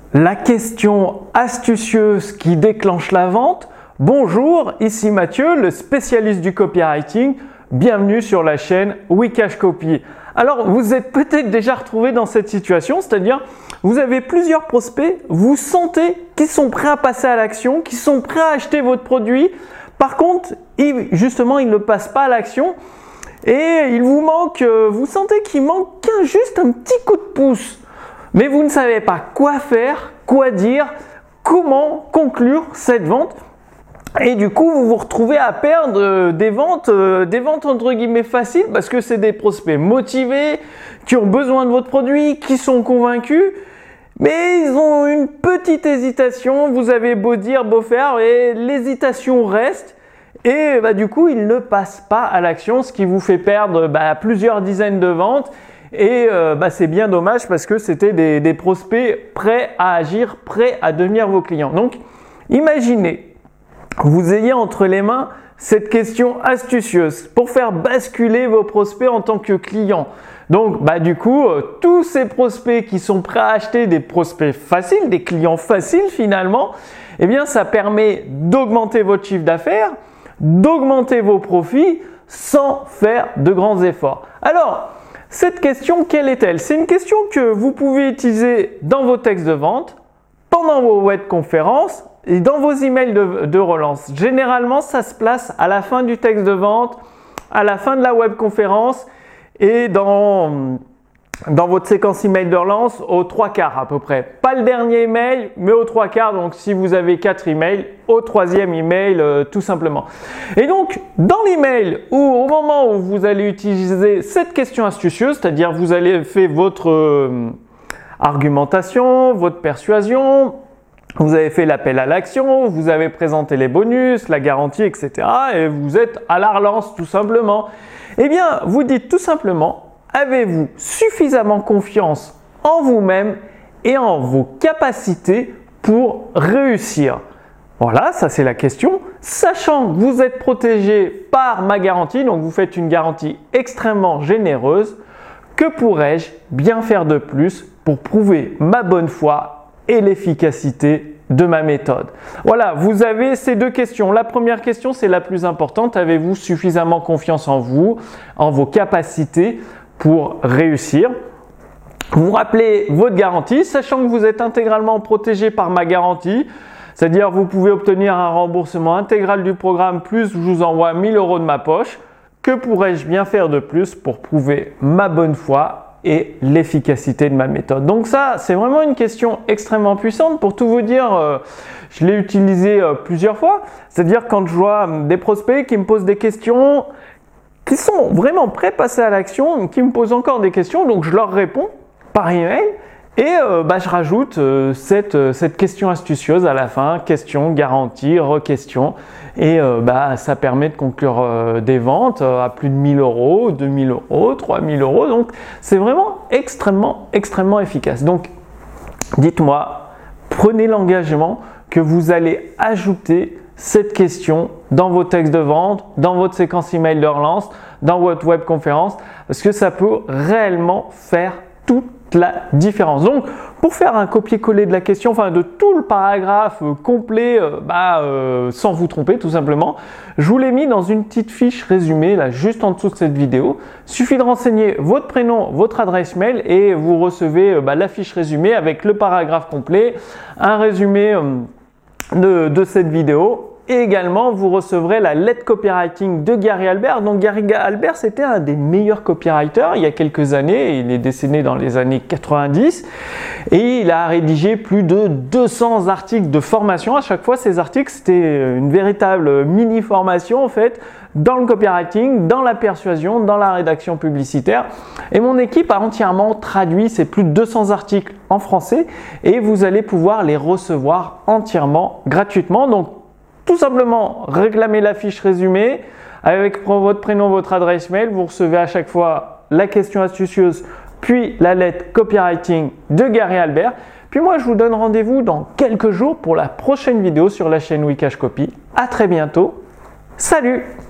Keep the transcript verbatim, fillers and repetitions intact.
La question astucieuse qui déclenche la vente. Bonjour, ici Mathieu, le spécialiste du copywriting. Bienvenue sur la chaîne Wikash Copy. Alors, vous êtes peut-être déjà retrouvé dans cette situation, c'est-à-dire vous avez plusieurs prospects, vous sentez qu'ils sont prêts à passer à l'action, qu'ils sont prêts à acheter votre produit. Par contre, ils, justement, ils ne passent pas à l'action et il vous manque, vous sentez qu'il manque qu'un, juste un petit coup de pouce. Mais vous ne savez pas quoi faire, quoi dire, comment conclure cette vente. Et du coup, vous vous retrouvez à perdre des ventes, des ventes entre guillemets faciles parce que c'est des prospects motivés, qui ont besoin de votre produit, qui sont convaincus, mais ils ont une petite hésitation. Vous avez beau dire, beau faire, et l'hésitation reste. Et bah, du coup, ils ne passent pas à l'action, ce qui vous fait perdre bah, plusieurs dizaines de ventes. Et euh, bah, c'est bien dommage parce que c'était des, des prospects prêts à agir, prêts à devenir vos clients. Donc, imaginez, vous ayez entre les mains cette question astucieuse pour faire basculer vos prospects en tant que clients. Donc, bah, du coup, euh, tous ces prospects qui sont prêts à acheter, des prospects faciles, des clients faciles finalement, eh bien, ça permet d'augmenter votre chiffre d'affaires, d'augmenter vos profits sans faire de grands efforts. Alors, cette question, quelle est-elle? C'est une question que vous pouvez utiliser dans vos textes de vente, pendant vos webconférences et dans vos emails de, de relance. Généralement, ça se place à la fin du texte de vente, à la fin de la webconférence et dans, dans votre séquence email de relance aux trois quarts à peu près. Pas le dernier email, mais aux trois quarts. Donc, si vous avez quatre emails, au troisième email, euh, tout simplement. Et donc, dans l'email ou au moment où vous allez utiliser cette question astucieuse, c'est-à-dire vous allez faire votre euh, argumentation, votre persuasion, vous avez fait l'appel à l'action, vous avez présenté les bonus, la garantie, et cetera. Et vous êtes à la relance tout simplement. Eh bien, vous dites tout simplement, avez-vous suffisamment confiance en vous-même et en vos capacités pour réussir? Voilà, ça c'est la question. Sachant que vous êtes protégé par ma garantie, donc vous faites une garantie extrêmement généreuse, que pourrais-je bien faire de plus pour prouver ma bonne foi et l'efficacité de ma méthode? Voilà, vous avez ces deux questions. La première question, c'est la plus importante. Avez-vous suffisamment confiance en vous, en vos capacités pour réussir? Vous rappelez votre garantie, sachant que vous êtes intégralement protégé par ma garantie. C'est-à-dire vous pouvez obtenir un remboursement intégral du programme plus je vous envoie mille euros de ma poche. Que pourrais-je bien faire de plus pour prouver ma bonne foi et l'efficacité de ma méthode? Donc ça, c'est vraiment une question extrêmement puissante. Pour tout vous dire, euh, je l'ai utilisé euh, plusieurs fois. C'est-à-dire quand je vois des prospects qui me posent des questions, qui sont vraiment prêts à passer à l'action, qui me posent encore des questions, donc je leur réponds par email. Et euh, bah, je rajoute euh, cette, euh, cette question astucieuse à la fin, question, garantie, re-question. Et euh, bah, ça permet de conclure euh, des ventes euh, à plus de mille euros, deux mille euros, trois mille euros. Donc c'est vraiment extrêmement, extrêmement efficace. Donc dites-moi, prenez l'engagement que vous allez ajouter cette question dans vos textes de vente, dans votre séquence email de relance, dans votre webconférence, parce que ça peut réellement faire tout la différence. Donc, pour faire un copier-coller de la question, enfin de tout le paragraphe euh, complet, euh, bah, euh, sans vous tromper tout simplement, je vous l'ai mis dans une petite fiche résumée là juste en dessous de cette vidéo. Il suffit de renseigner votre prénom, votre adresse mail et vous recevez euh, bah, la fiche résumée avec le paragraphe complet, un résumé euh, de, de cette vidéo. Et également, vous recevrez la lettre copywriting de Gary Halbert. Donc, Gary Halbert, c'était un des meilleurs copywriters il y a quelques années. Il est décédé dans les années quatre-vingt-dix. Et il a rédigé plus de deux cents articles de formation. À chaque fois, ces articles, c'était une véritable mini-formation, en fait, dans le copywriting, dans la persuasion, dans la rédaction publicitaire. Et mon équipe a entièrement traduit ces plus de deux cents articles en français. Et vous allez pouvoir les recevoir entièrement gratuitement. Donc, tout simplement, réclamez la fiche résumée avec votre prénom, votre adresse mail. Vous recevez à chaque fois la question astucieuse, puis la lettre copywriting de Gary Halbert. Puis moi, je vous donne rendez-vous dans quelques jours pour la prochaine vidéo sur la chaîne Wikash Copy. À très bientôt. Salut!